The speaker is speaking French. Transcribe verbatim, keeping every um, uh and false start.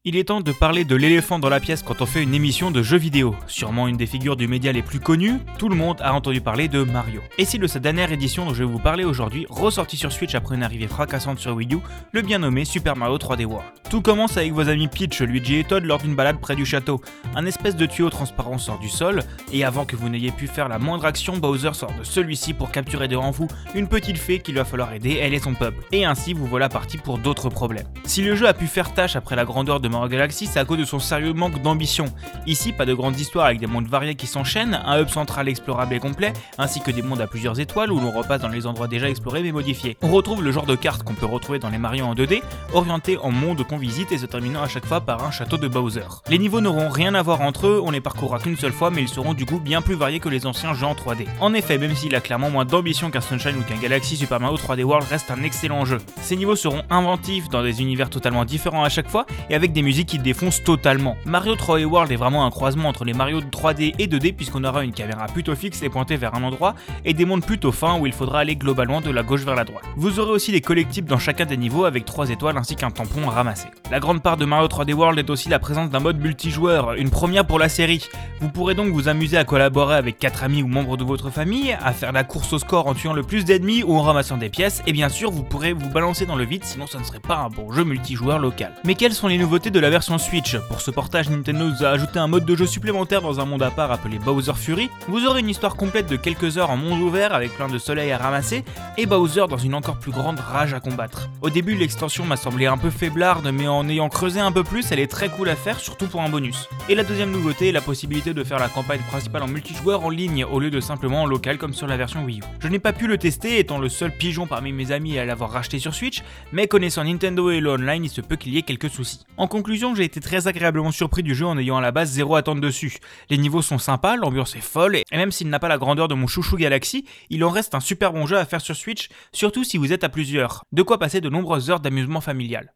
Il est temps de parler de l'éléphant dans la pièce quand on fait une émission de jeux vidéo. Sûrement une des figures du média les plus connues, tout le monde a entendu parler de Mario. Et c'est de sa dernière édition dont je vais vous parler aujourd'hui, ressorti sur Switch après une arrivée fracassante sur Wii U, le bien nommé Super Mario trois D World. Tout commence avec vos amis Peach, Luigi et Toad lors d'une balade près du château. Un espèce de tuyau transparent sort du sol, et avant que vous n'ayez pu faire la moindre action, Bowser sort de celui-ci pour capturer devant vous une petite fée qu'il va falloir aider, elle et son peuple. Et ainsi vous voilà parti pour d'autres problèmes. Si le jeu a pu faire tâche après la grandeur de Mario Galaxy, c'est à cause de son sérieux manque d'ambition. Ici, pas de grandes histoires avec des mondes variés qui s'enchaînent, un hub central explorable et complet, ainsi que des mondes à plusieurs étoiles où l'on repasse dans les endroits déjà explorés mais modifiés. On retrouve le genre de cartes qu'on peut retrouver dans les Mario en deux D, orienté en monde qu'on visite et se terminant à chaque fois par un château de Bowser. Les niveaux n'auront rien à voir entre eux, on les parcourra qu'une seule fois, mais ils seront du coup bien plus variés que les anciens jeux en trois D. En effet, même s'il a clairement moins d'ambition qu'un Sunshine ou qu'un Galaxy, Super Mario trois D World reste un excellent jeu. Ces niveaux seront inventifs dans des univers totalement différents à chaque fois et avec des musiques qui défoncent totalement. Mario trois D World est vraiment un croisement entre les Mario trois D et deux D puisqu'on aura une caméra plutôt fixe et pointée vers un endroit et des mondes plutôt fins où il faudra aller globalement de la gauche vers la droite. Vous aurez aussi des collectibles dans chacun des niveaux avec trois étoiles ainsi qu'un tampon à ramasser. La grande part de Mario trois D World est aussi la présence d'un mode multijoueur, une première pour la série. Vous pourrez donc vous amuser à collaborer avec quatre amis ou membres de votre famille, à faire la course au score en tuant le plus d'ennemis ou en ramassant des pièces et bien sûr vous pourrez vous balancer dans le vide sinon ça ne serait pas un bon jeu multijoueur local. Mais quelles sont les nouveautés de la version Switch? Pour ce portage, Nintendo nous a ajouté un mode de jeu supplémentaire dans un monde à part appelé Bowser Fury. Vous aurez une histoire complète de quelques heures en monde ouvert avec plein de soleil à ramasser et Bowser dans une encore plus grande rage à combattre. Au début, l'extension m'a semblé un peu faiblarde, mais en ayant creusé un peu plus, elle est très cool à faire, surtout pour un bonus. Et la deuxième nouveauté est la possibilité de faire la campagne principale en multijoueur en ligne au lieu de simplement en local comme sur la version Wii U. Je n'ai pas pu le tester étant le seul pigeon parmi mes amis à l'avoir racheté sur Switch, mais connaissant Nintendo et le online, il se peut qu'il y ait quelques soucis. En conclusion, j'ai été très agréablement surpris du jeu en ayant à la base zéro attente dessus. Les niveaux sont sympas, l'ambiance est folle, et même s'il n'a pas la grandeur de mon chouchou Galaxy, il en reste un super bon jeu à faire sur Switch, surtout si vous êtes à plusieurs. De quoi passer de nombreuses heures d'amusement familial.